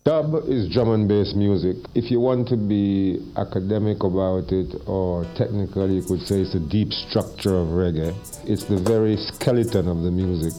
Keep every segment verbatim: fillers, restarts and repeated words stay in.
Dub is drum and bass music. If you want to be academic about it or technical, you could say it's the deep structure of reggae. It's the very skeleton of the music.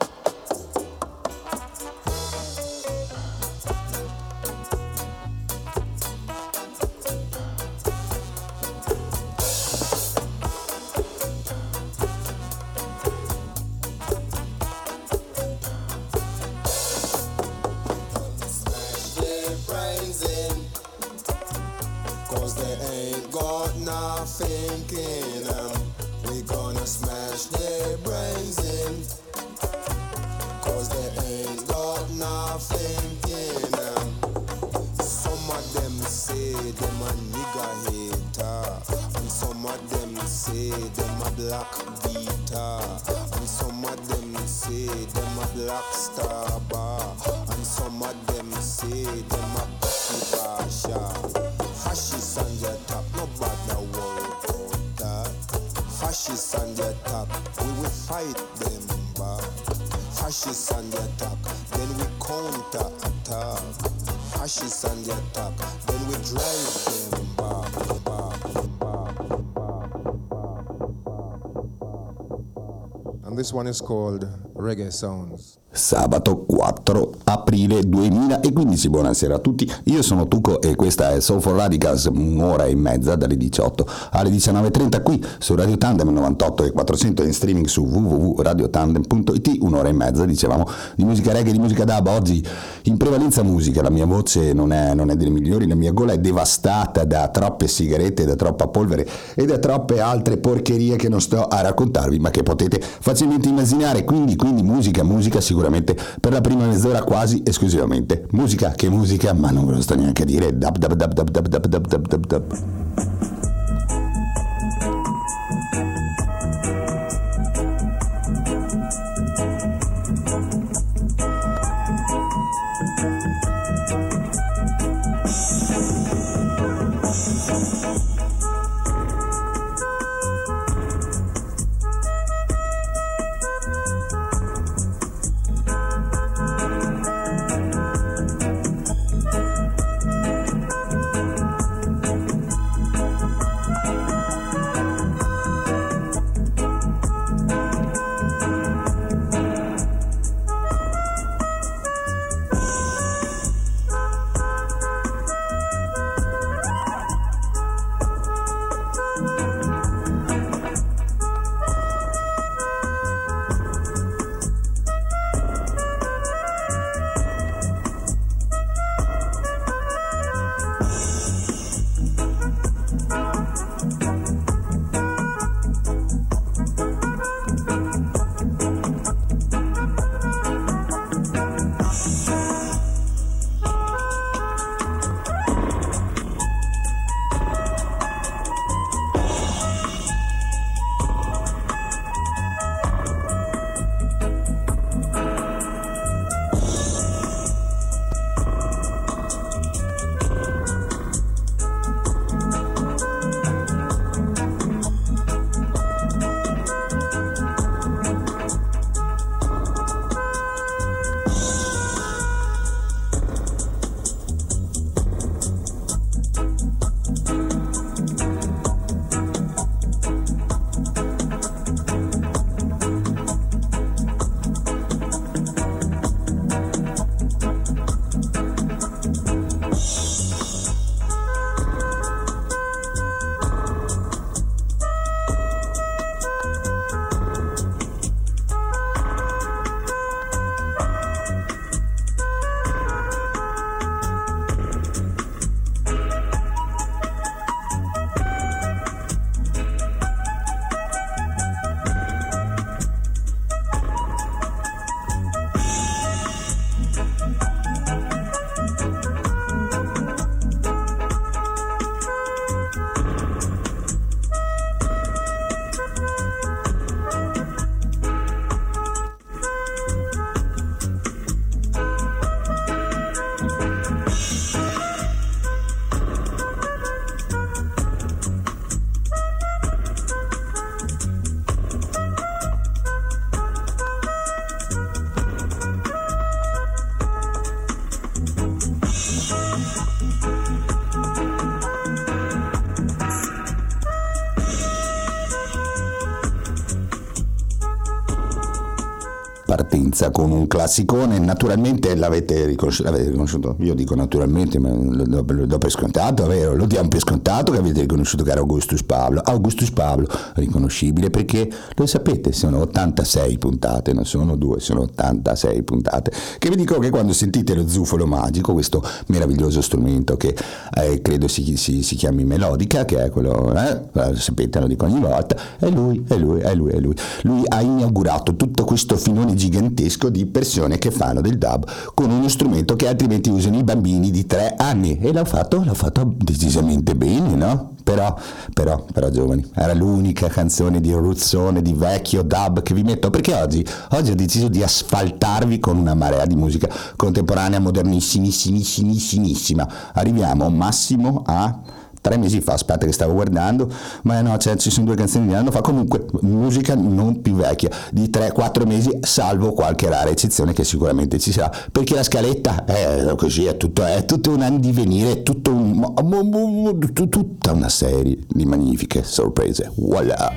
This one is called Reggae Sounds. Sabato quattro aprile duemilaquindici, buonasera a tutti, io sono Tuco e questa è Soulful Radicals, un'ora e mezza dalle diciotto alle diciannove e trenta qui su Radio Tandem novantotto e quattrocento in streaming su w w w punto radio tandem punto i t, un'ora e mezza dicevamo di musica reggae, di musica dub, oggi in prevalenza musica, la mia voce non è, non è delle migliori, la mia gola è devastata da troppe sigarette, da troppa polvere e da troppe altre porcherie che non sto a raccontarvi ma che potete facilmente immaginare, quindi, quindi musica, musica sicuramente per la prima mezz'ora quasi esclusivamente musica, che musica, ma non ve lo sto neanche a dire. Dub dub dub dub dub dub dub dub dub dub. partenza con un classicone. Naturalmente l'avete riconosciuto, l'avete riconosciuto, io dico naturalmente, ma lo do, lo do per scontato, vero? Lo diamo per scontato che avete riconosciuto che era Augustus Pablo. Augustus Pablo, riconoscibile perché, lo sapete, sono ottantasei puntate, non sono due, sono ottantasei puntate, che vi dico che quando sentite lo zufolo magico, questo meraviglioso strumento che eh, credo si, si, si chiami melodica, che è quello, eh, lo sapete, lo dico ogni volta, è lui, è lui, è lui, è lui. Lui ha inaugurato tutto questo filone gigantesco di persone che fanno del dub con uno strumento che altrimenti usano i bambini di tre anni, e l'ha fatto, l'ha fatto decisamente bene, no? Però, però, però giovani, era l'unica canzone di ruzzone, di vecchio dub che vi metto, perché oggi, oggi ho deciso di asfaltarvi con una marea di musica contemporanea, modernissimissimissima. Arriviamo massimo a tre mesi fa, aspetta che stavo guardando, ma no, cioè, ci sono due canzoni di un anno fa, comunque musica non più vecchia, di tre quattro mesi, salvo qualche rara eccezione che sicuramente ci sarà, perché la scaletta è così, è tutto, è tutto un andivenire, è tutto un, tutta una serie di magnifiche sorprese. Voilà!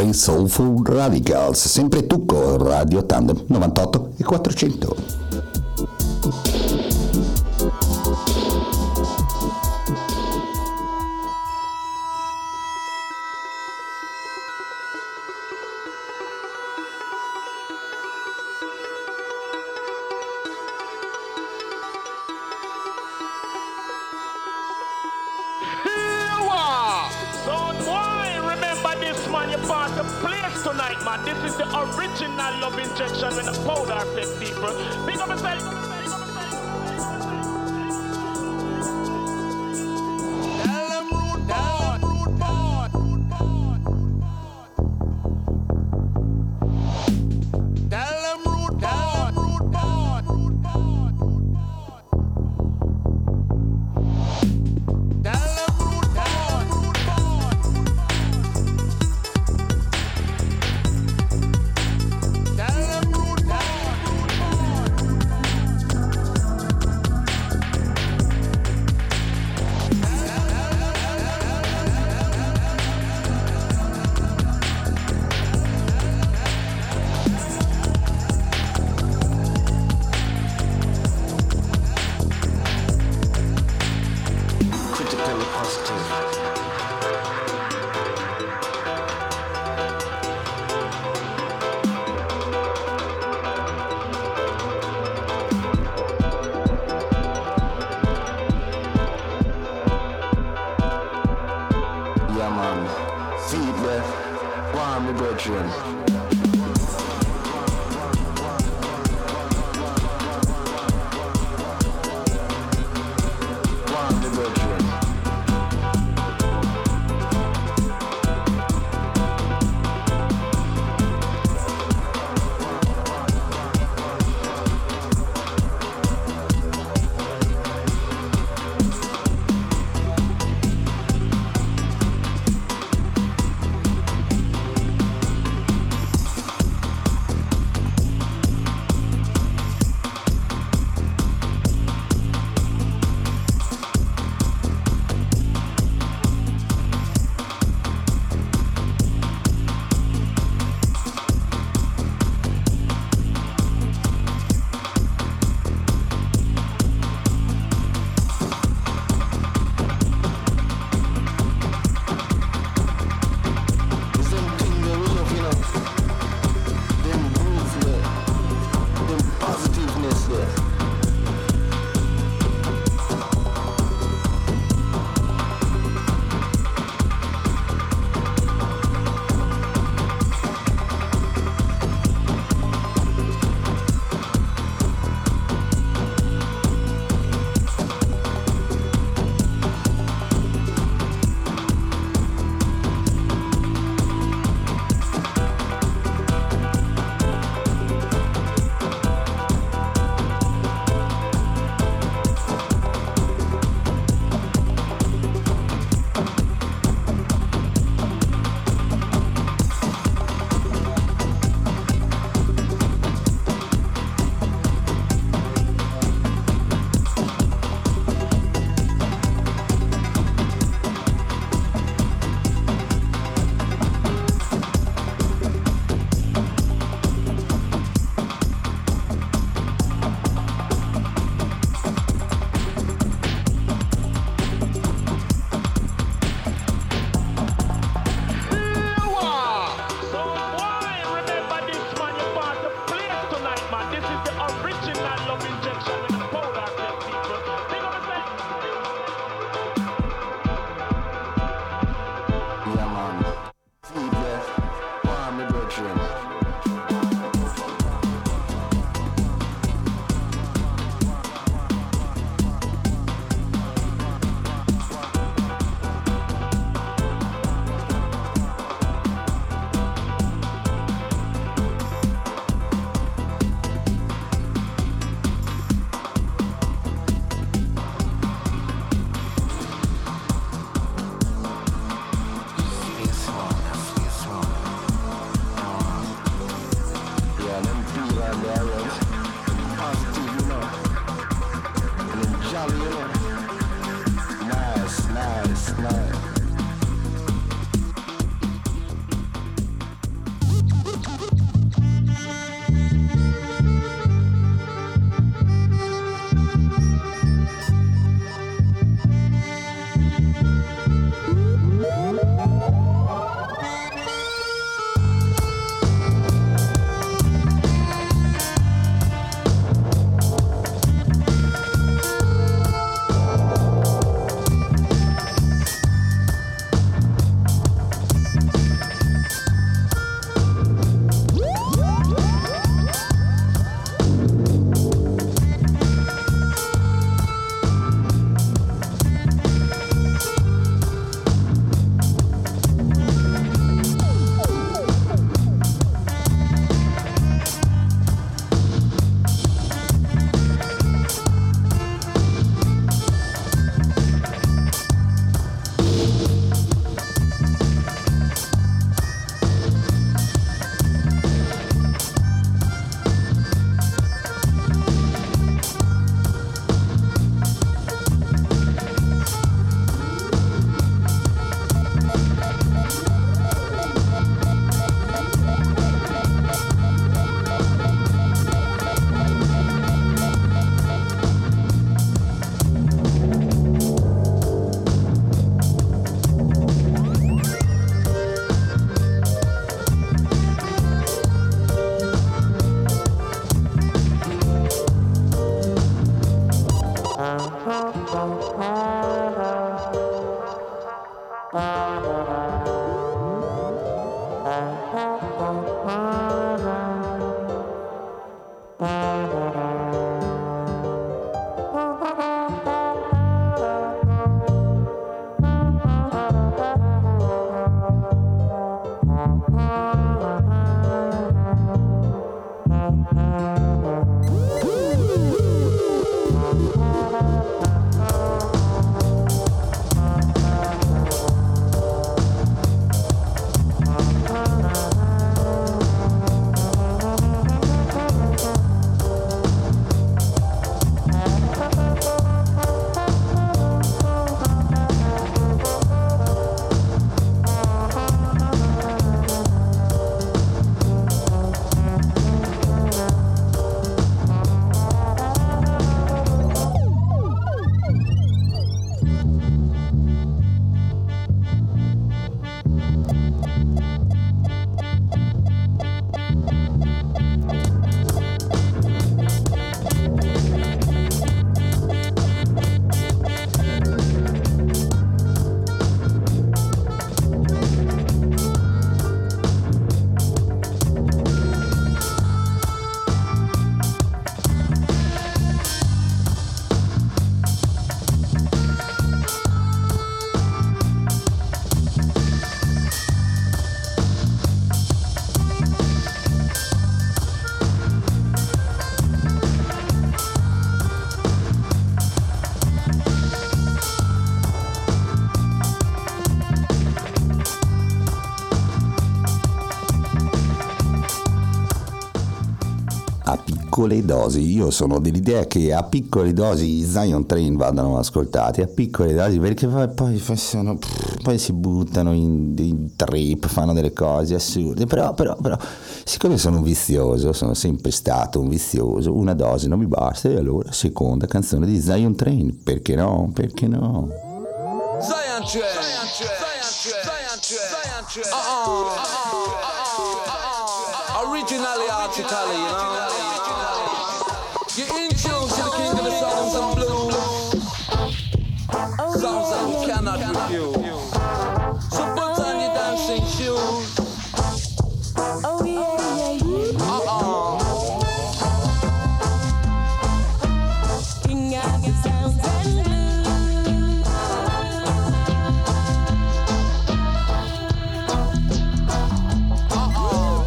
sempre in Soulful Radicals, sempre tu con Radio Tandem novantotto e quattrocento. Piccole dosi, io sono dell'idea che a piccole dosi i Zion Train vadano ascoltati, a piccole dosi, perché poi, poi, sono, poi si buttano in, in trip, fanno delle cose assurde, però, però, però siccome sono un vizioso, sono sempre stato un vizioso, una dose non mi basta e allora seconda canzone di Zion Train, perché no, perché no? Zion Train, Zion Train, Zion Train, uh-uh, uh-uh, uh-uh, originally artically, you know. You're in tune to the king of the sounds and blues. Sounds that we cannot refuse. So put on your dancing shoes. Oh yeah, yeah, yeah. Uh-uh. King of the sounds and blues. Uh-uh.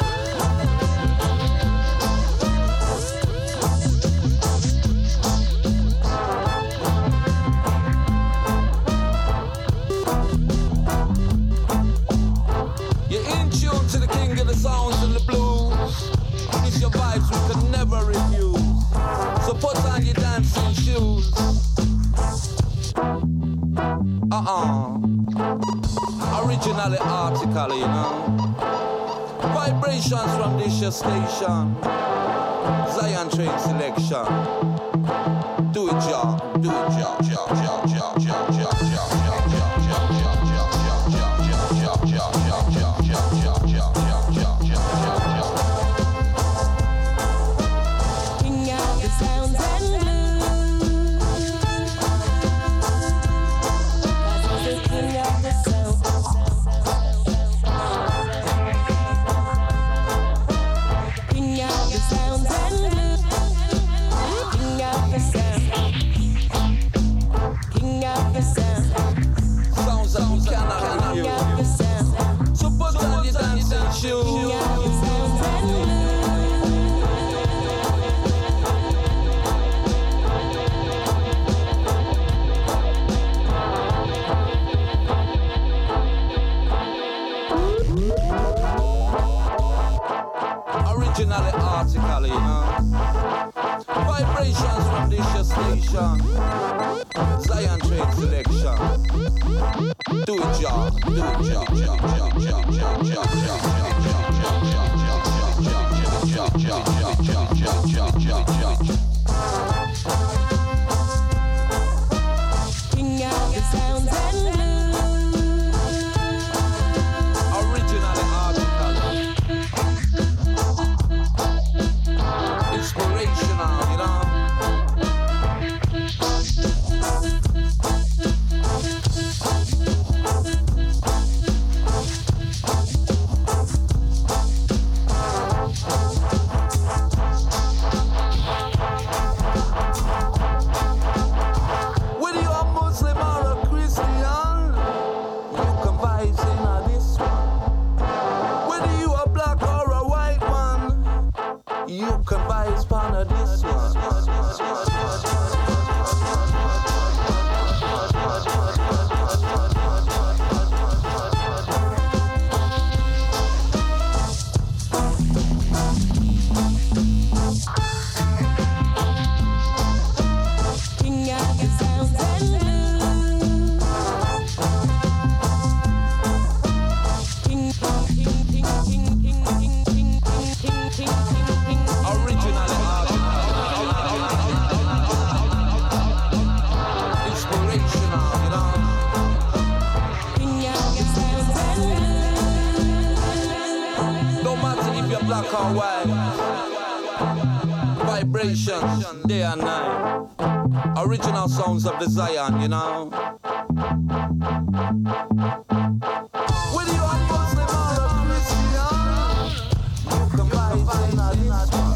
To the king of the sounds and the blues. It's your vibes we could never refuse. So put on your dancing shoes. Uh-uh. Originally article, you know. Vibrations from this your station. Zion Train selection. Do it, y'all. Do it, y'all. Y'all, y'all, y'all, y'all, y'all, y'all. Originally article, you know. Vibrations from this your station. Zion Train selection. Do it, y'all. Do it, y'all. Do it, y'all. King of the sounds and blues. Originally article. Inspirational, you know. your way. Vibrations, day and night. Original sounds of the Zion, you know. With you are Muslim or Christian, the vibes in this one.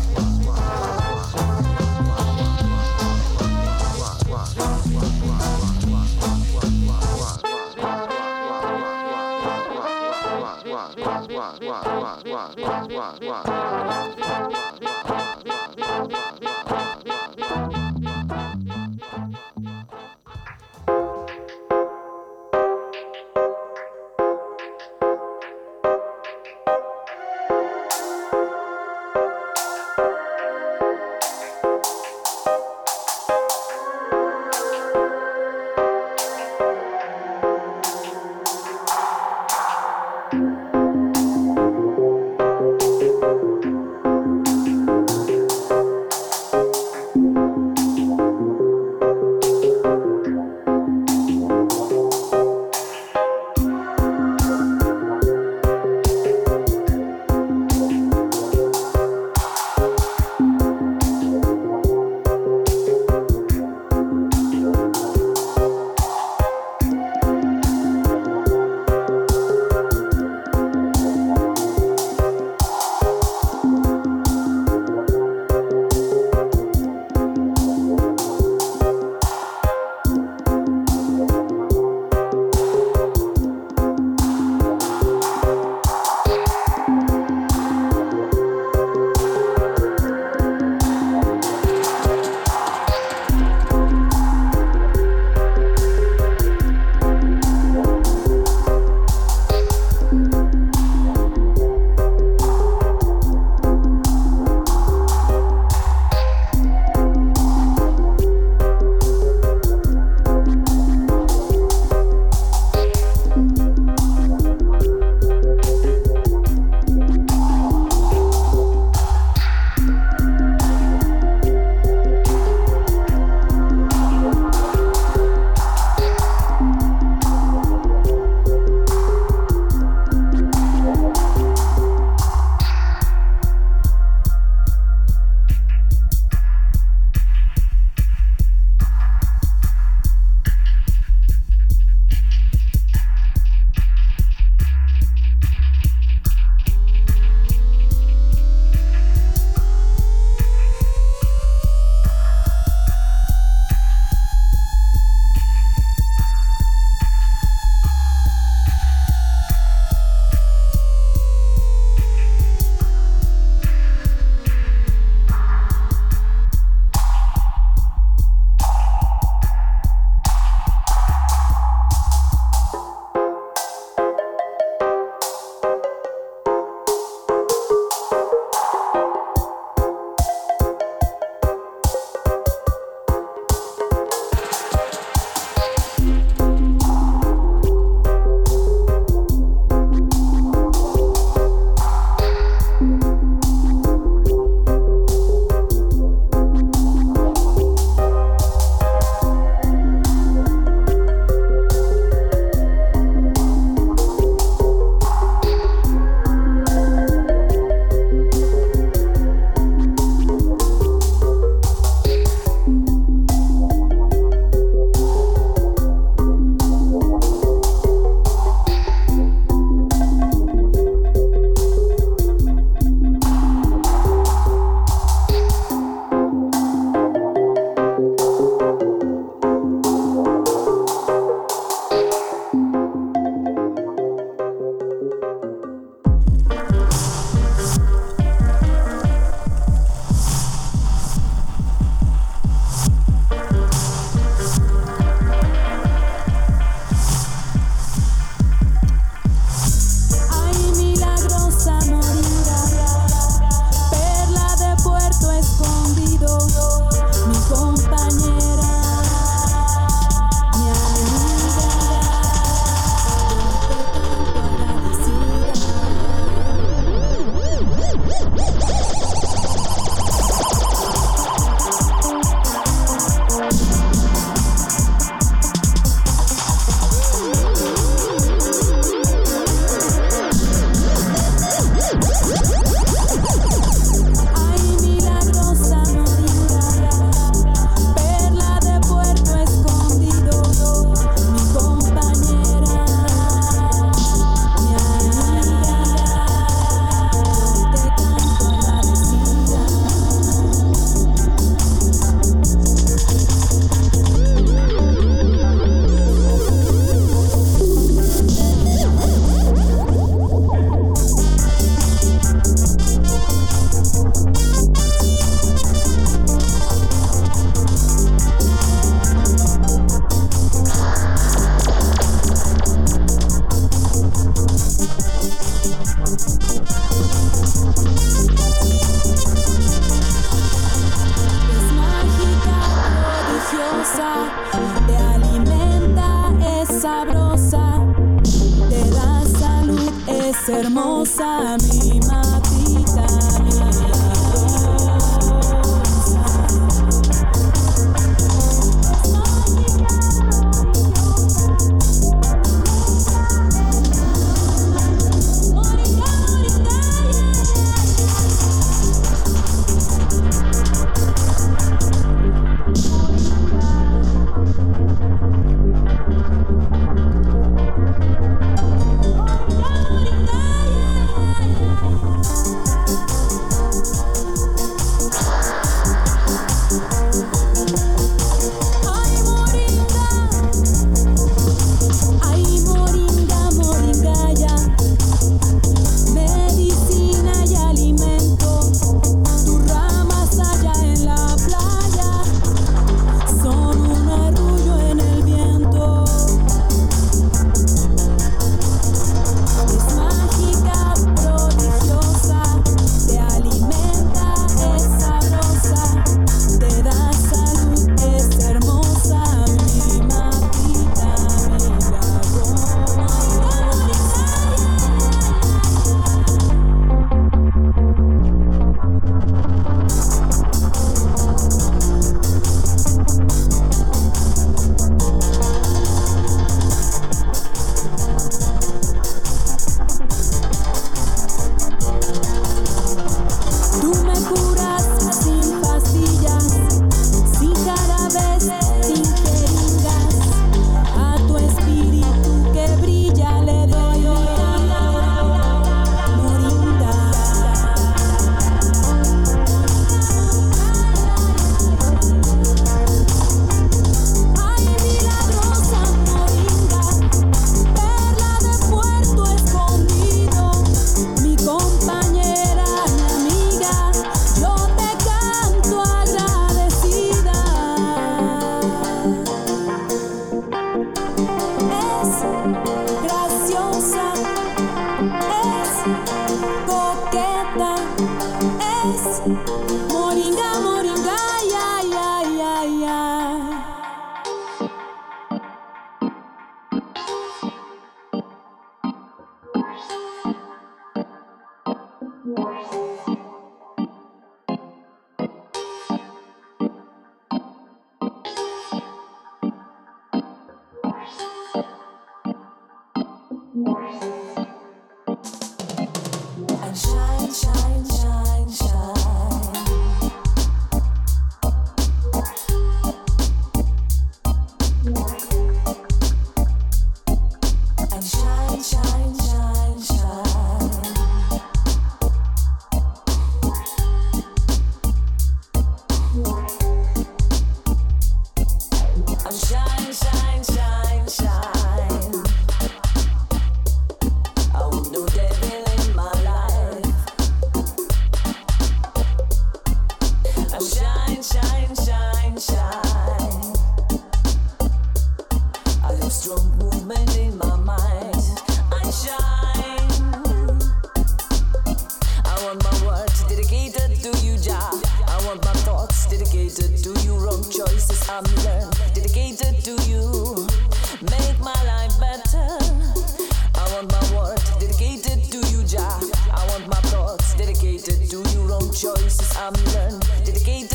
es hermosa mi matita, mi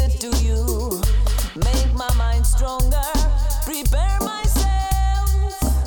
Make my mind stronger, prepare myself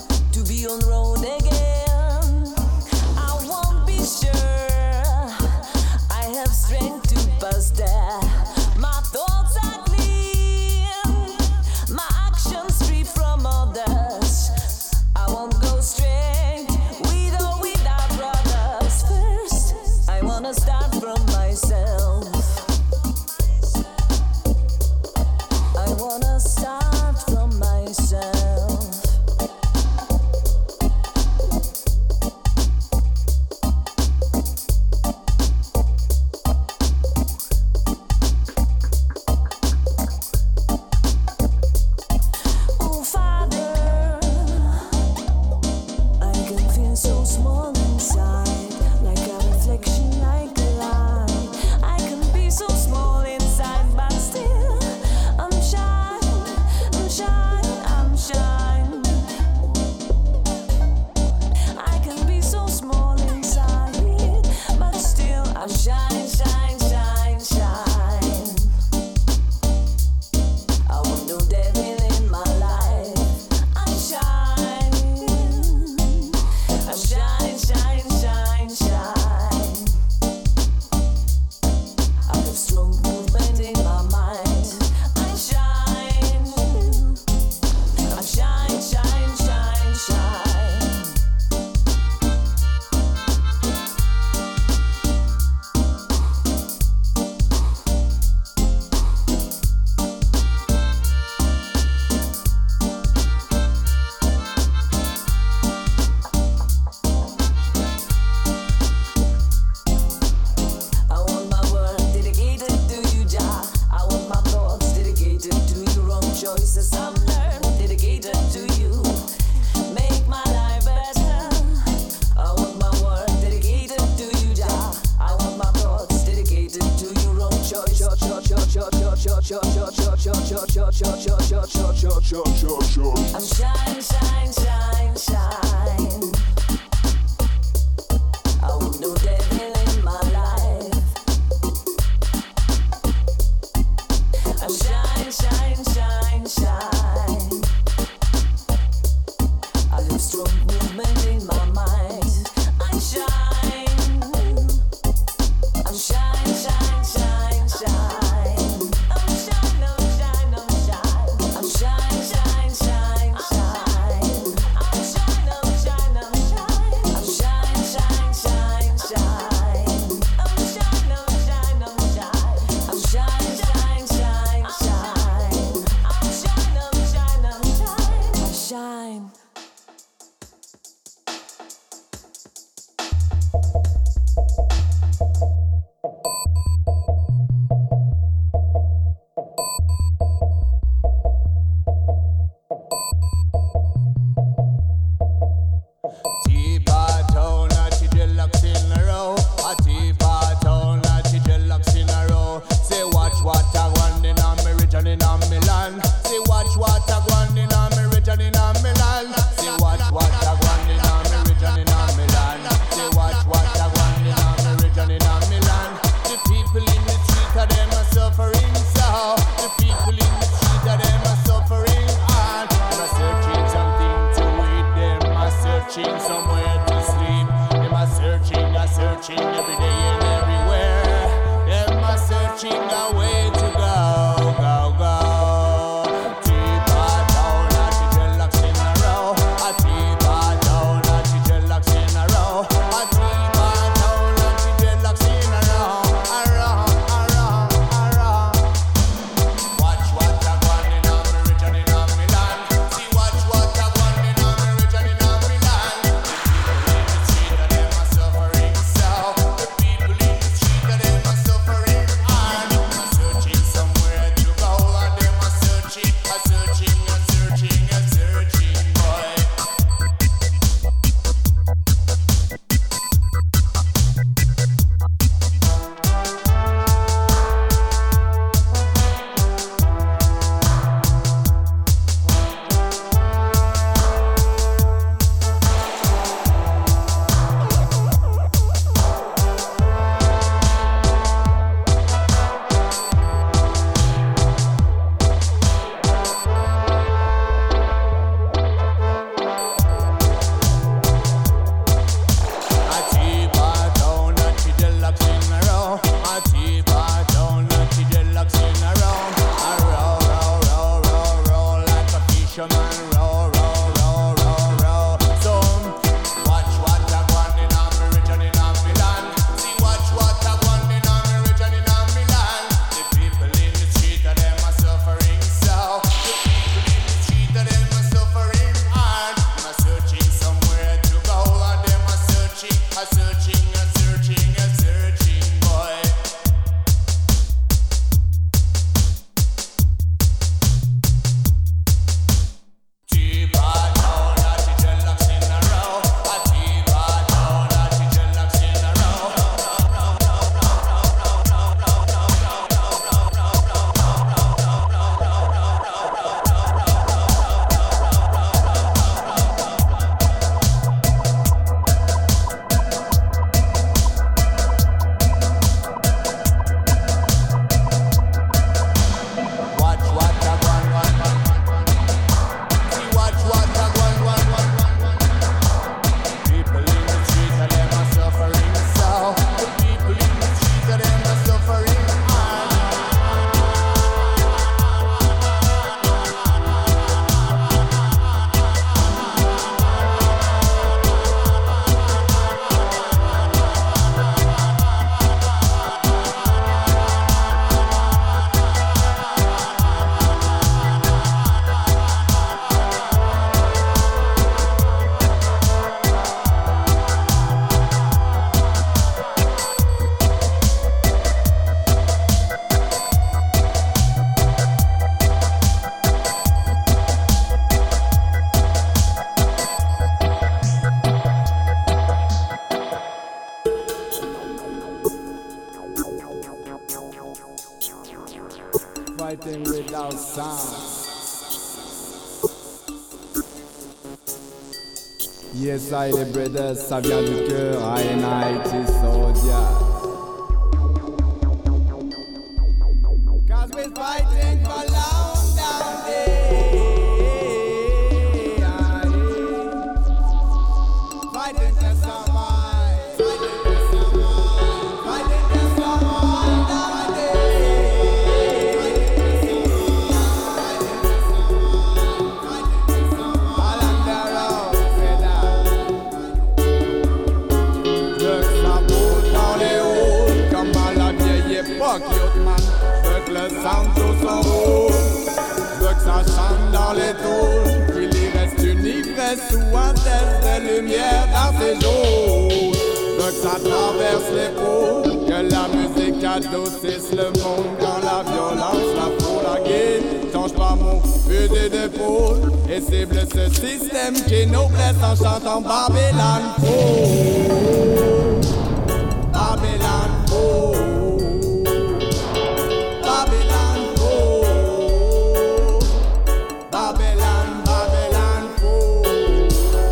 Fighting without sound. Yes, I, les brothers, ça vient du cœur. I and I, it is soldier. Cause we're fighting for long down there. Fighting to survive. Fighting to survive. Fighting to survive down there. All under our feathers. Drugs ça boule dans les halls comme à la vieille époque, yo man. J'veux que le sound son rôle. J'veux que ça chante dans les tôles. Qu'il y reste une ivresse ou un test de lumière dans ses jours. J'veux que ça traverse l'épaule. Que la musique adoucisse le monde. Quand la violence, la foule, la guerre. Change pas mon fusil d'épaule. Et cible ce système qui nous blesse en chantant Babylon Fall. Babylon Fall. Babylon Fall. Babylon, Babylon Fall.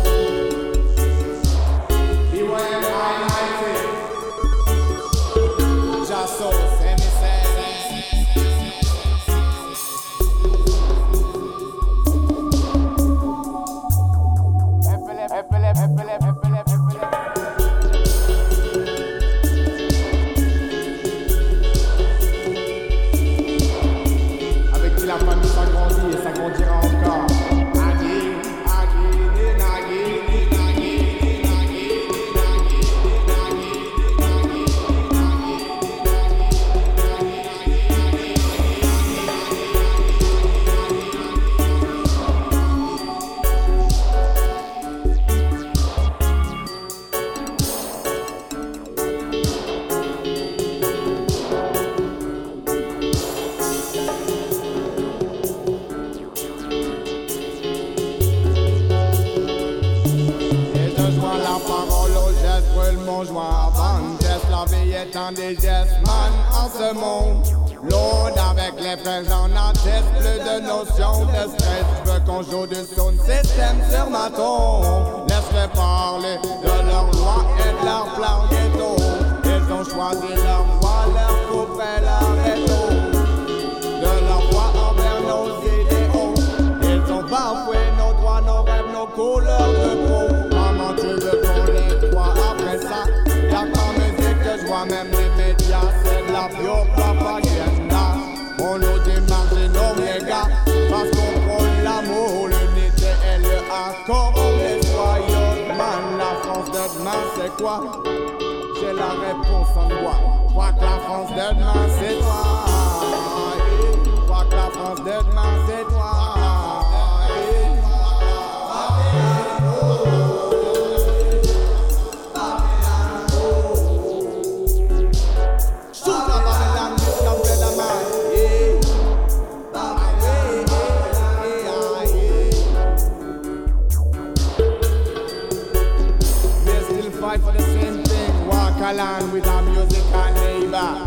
Beware Almighty. Just so semi avec qui la famille s'agrandit et s'agrandira encore. Agui, agui, nagui, nagui, nagui, Et je joins la parole au geste, brûle mon joint avant de geste. La vie est un des gestes, man, en ce monde. L'aude avec les frères, j'en atteste. Plus de notion de stress. Je veux qu'on joue du sound system sur ma tombe. Laisse-les parler de leurs lois et de leur plan ghetto. Ils ont choisi leur voie, leur coupe et leur réseau. De leur voix envers nos idéaux. Ils ont bafoué nos droits, nos rêves, nos couleurs de peau. Maman, tu veux qu'on les croit après ça? Y'a qu'en musique que je vois, même les médias, c'est de la pure propaganda. On nous dit marginaux, les gars, parce qu'on prône l'amour, l'unité et le accord. On les soyons, man, la France de demain, c'est quoi? J'ai la réponse en bois. Je crois que la France de demain, c'est toi. Je crois que la France de demain, c'est toi. Fight for the same thing, walk along with our music and neighbor.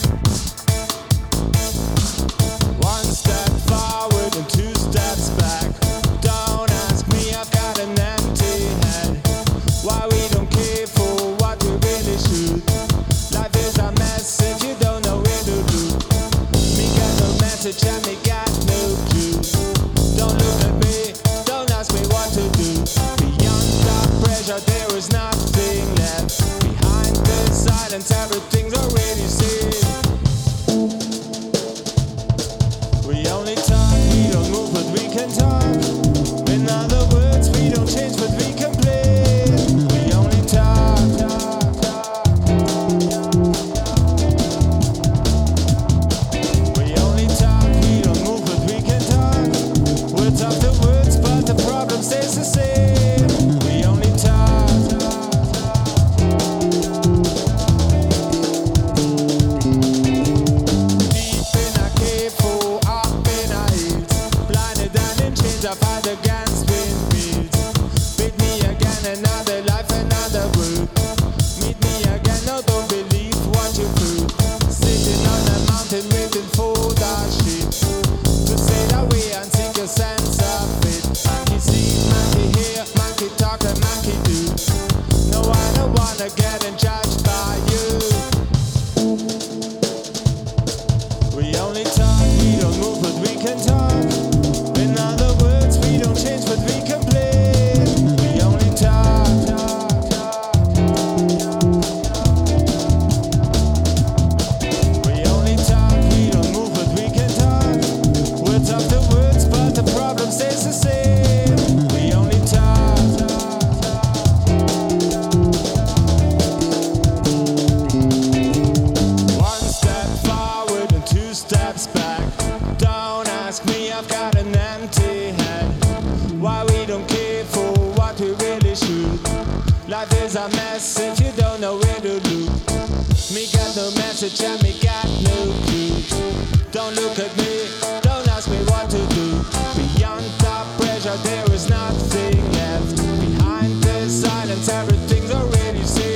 One step forward and two steps back. change, I fight against windmills. Beat me again, another life, another world. Meet me again, no, don't believe what you feel. Sitting on a mountain waiting for the ship to sail away and sink your sense of it. Monkey see, monkey hear, monkey talk and monkey do. No, I don't wanna get judged by you. We only talk, we don't move, but we can talk. In other words, we don't change, but we can play. We only talk. We only talk, we don't move, but we can talk. Words after words, but the problem stays the same. We only talk. One step forward and two steps back. Don't ask me, I've got an empty head. Why we don't care for what we really should. Life is a mess if you don't know where to look. Me got no message and me got no clue. Don't look at me, don't ask me what to do. Beyond the pressure there is nothing left. Behind the silence everything's already said.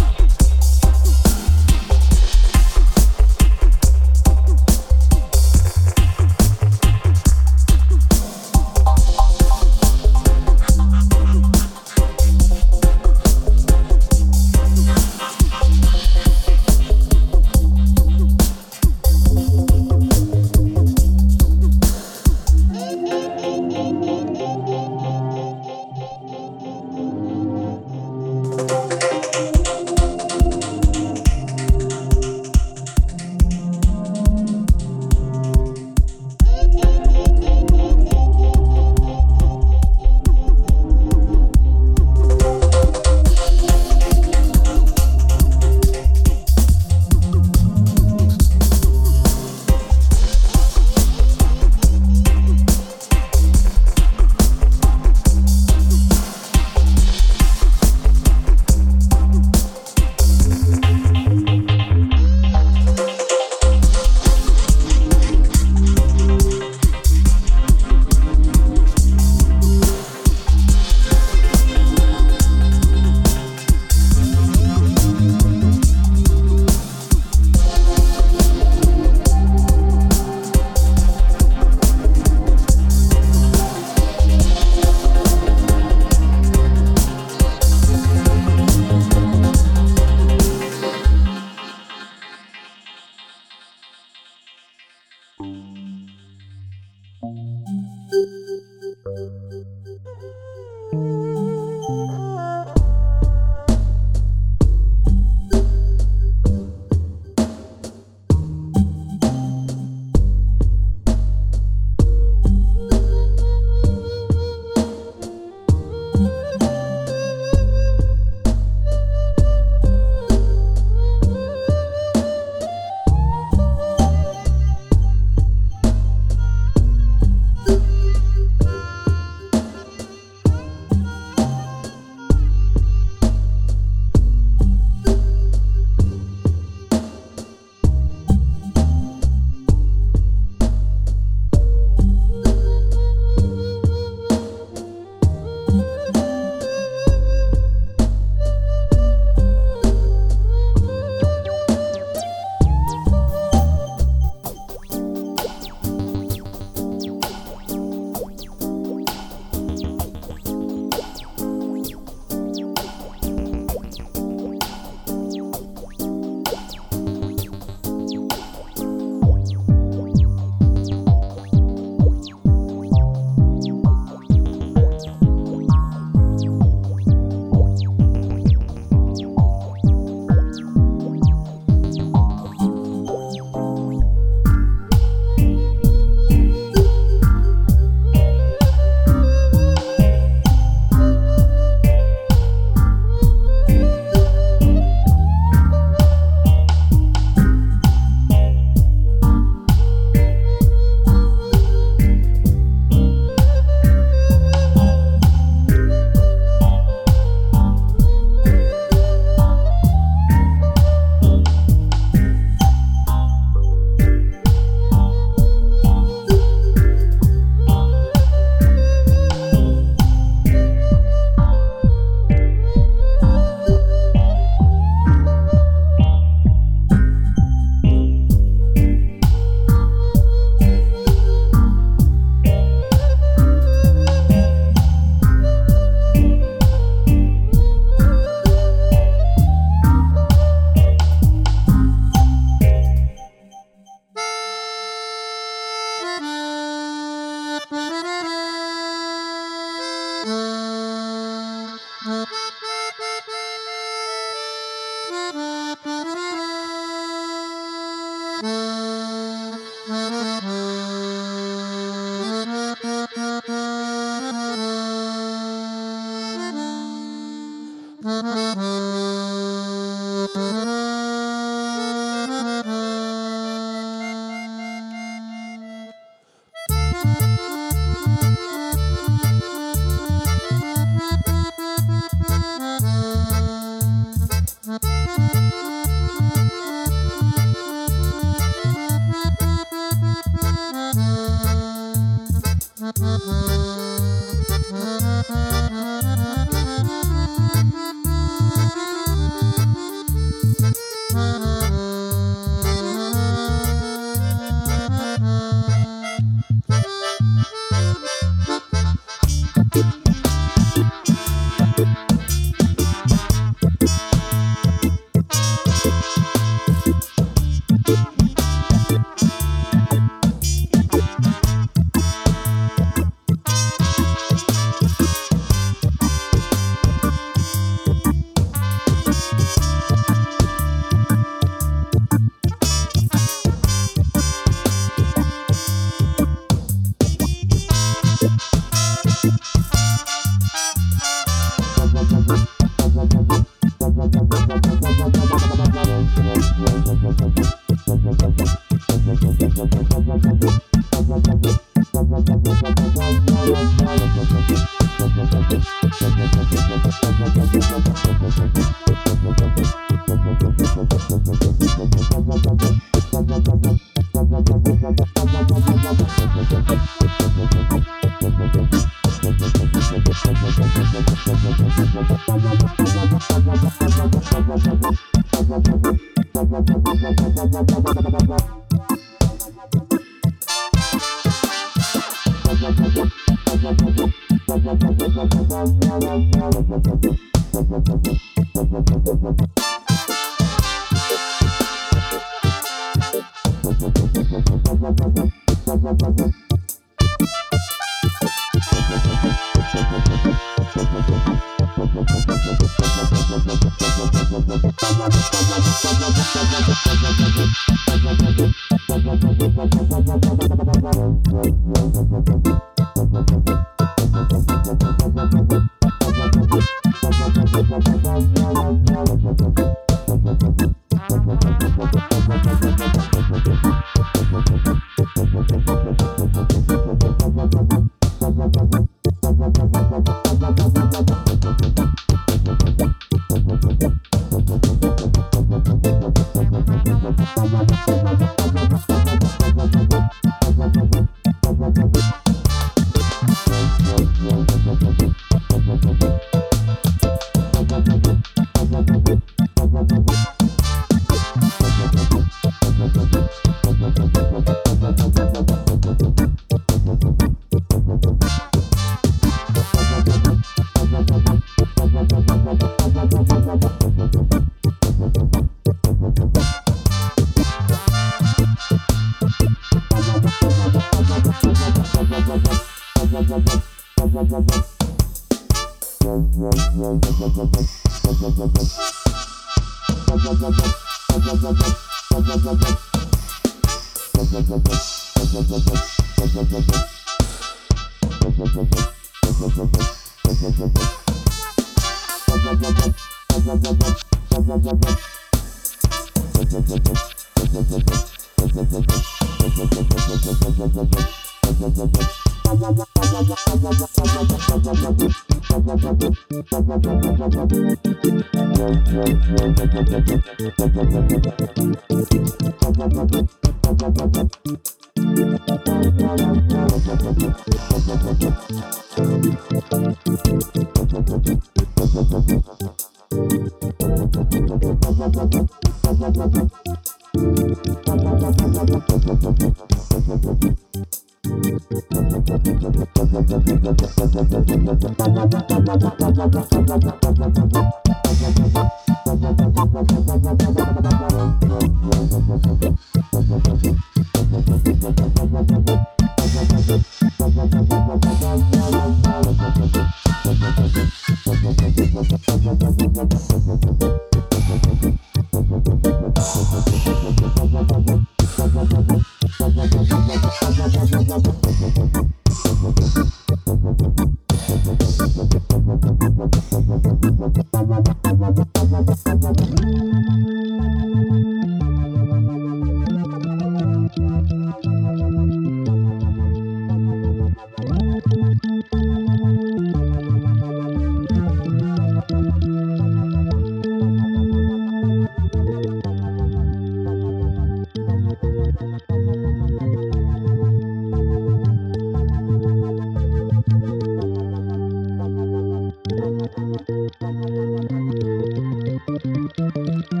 Thank you.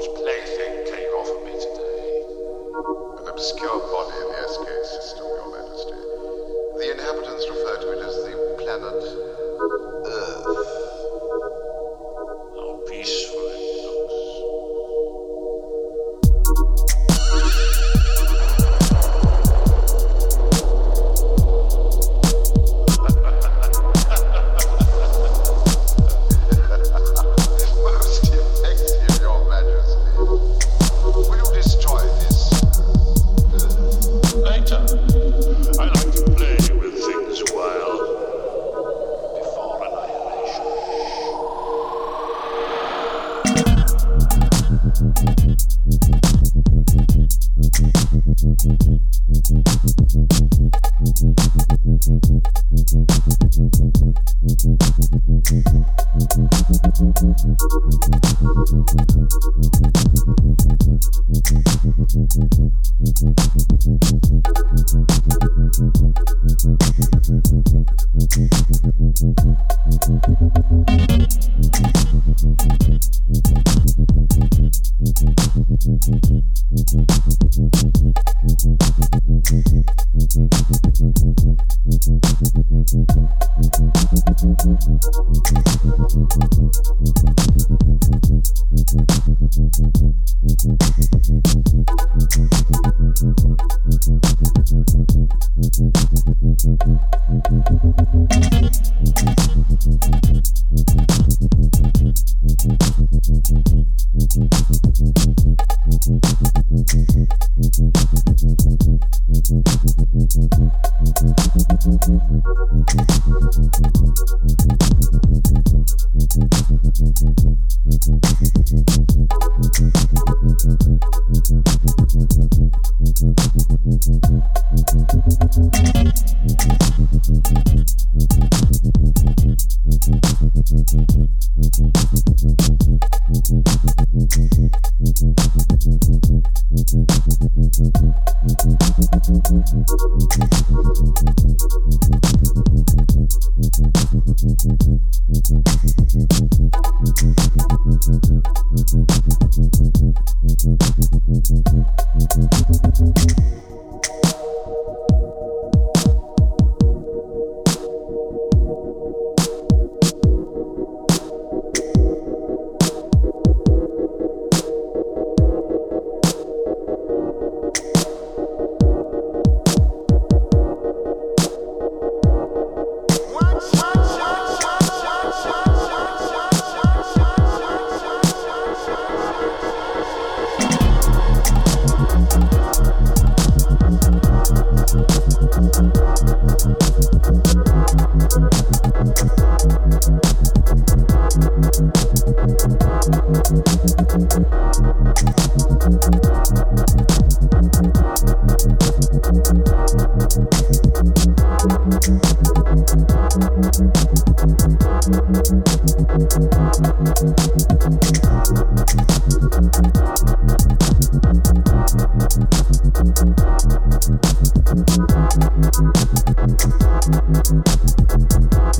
What plaything can you offer me today? An obscure body in the S K system, Your Majesty. The inhabitants refer to it as the planet Earth. How peaceful it looks. Most effective, Your Majesty. Will you destroy this Earth? Later. I like to play with things a while. Before annihilation.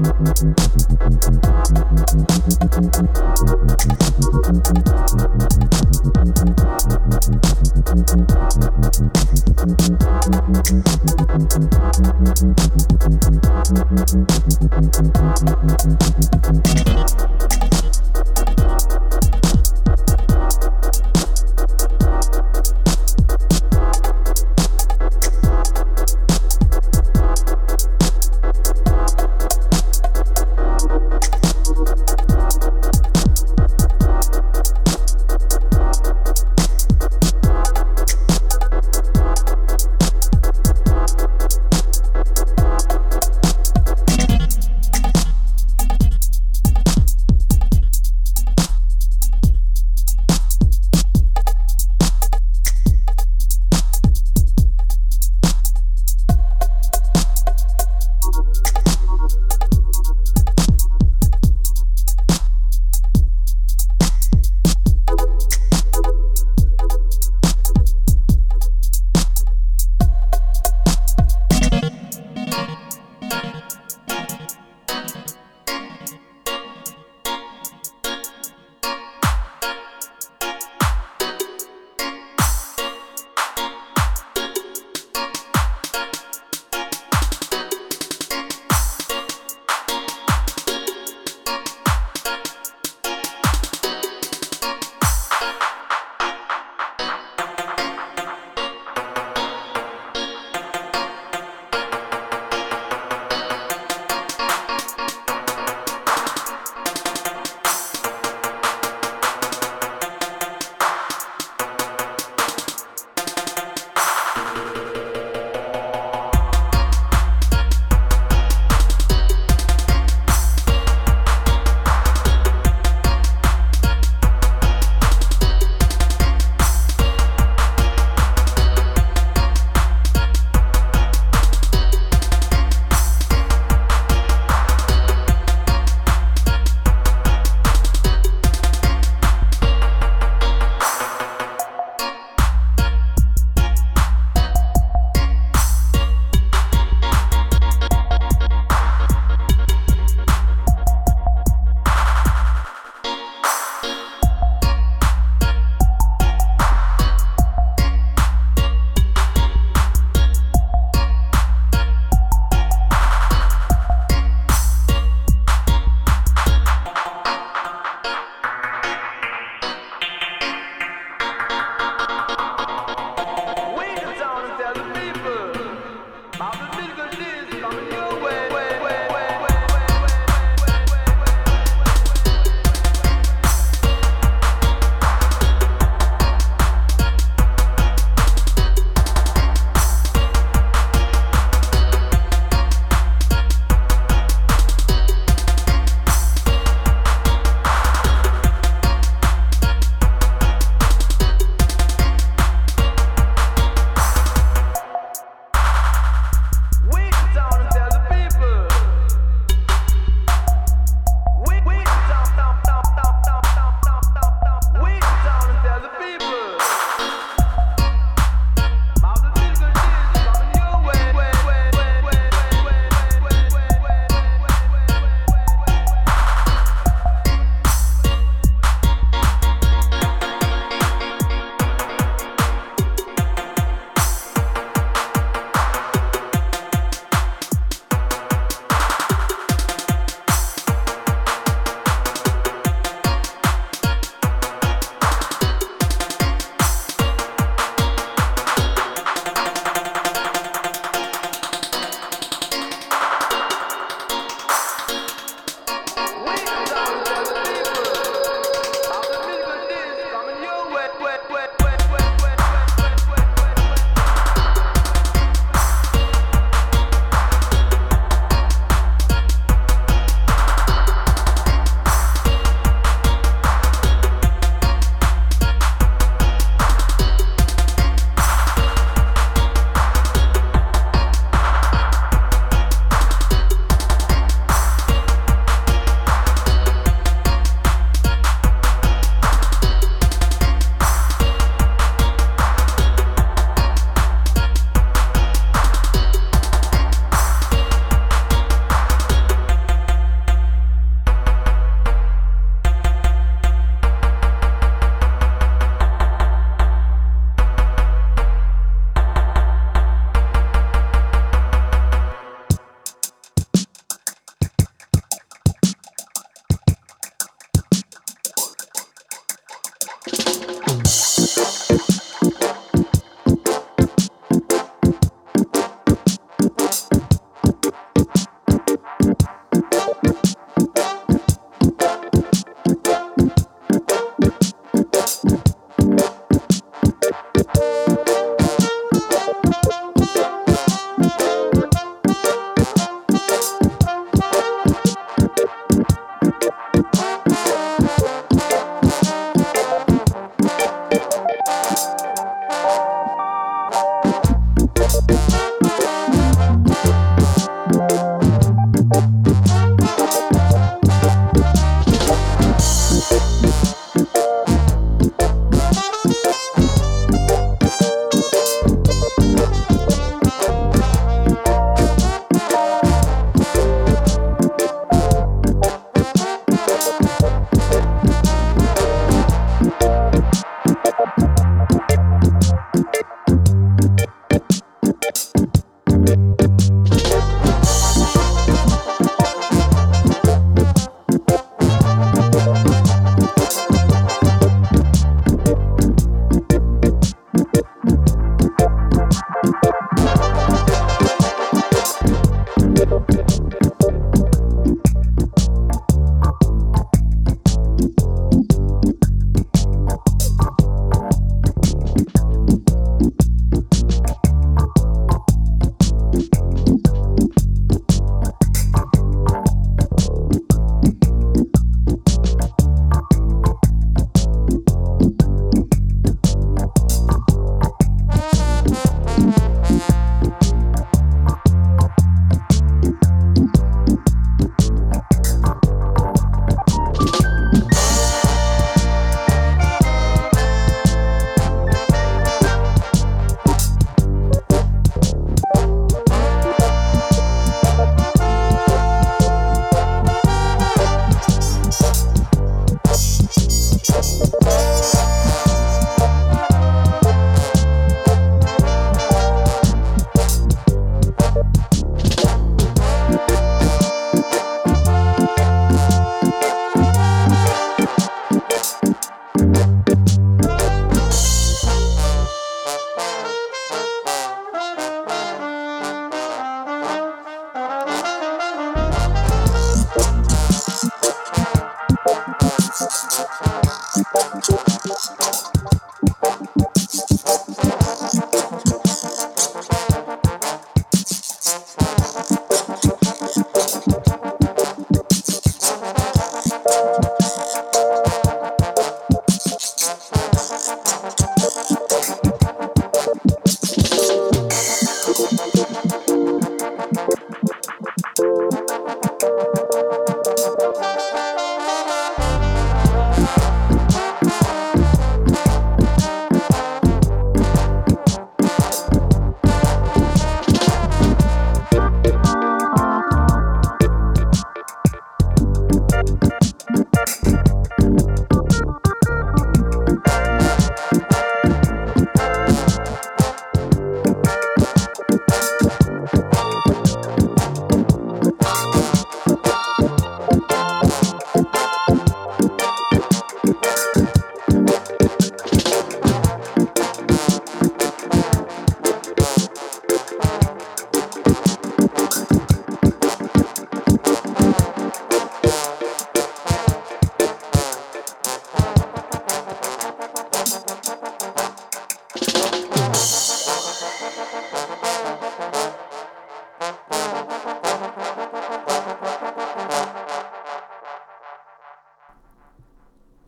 We'll be right back.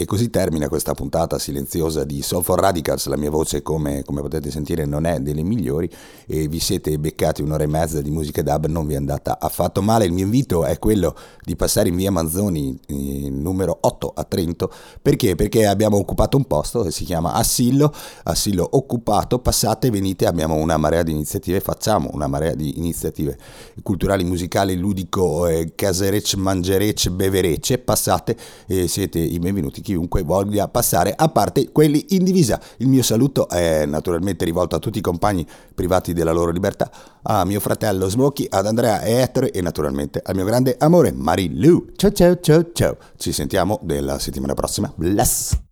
E così termina questa puntata silenziosa di Soul for Radicals. La mia voce, come, come potete sentire, non è delle migliori e vi siete beccati un'ora e mezza di musica dub, non vi è andata affatto male. Il mio invito è quello di passare in via Manzoni eh, numero otto a Trento. Perché? Perché abbiamo occupato un posto che si chiama Assillo, Assillo occupato. Passate, venite, abbiamo una marea di iniziative, facciamo una marea di iniziative culturali, musicali, ludico, eh, caserecce, mangerecce, beverecce. Passate e eh, siete i benvenuti chiunque voglia passare, a parte quelli in divisa. Il mio saluto è naturalmente rivolto a tutti i compagni privati della loro libertà, a mio fratello Smokey, ad Andrea e Ettore e naturalmente al mio grande amore Marilu. Ciao ciao ciao ciao, ci sentiamo della settimana prossima. Bless.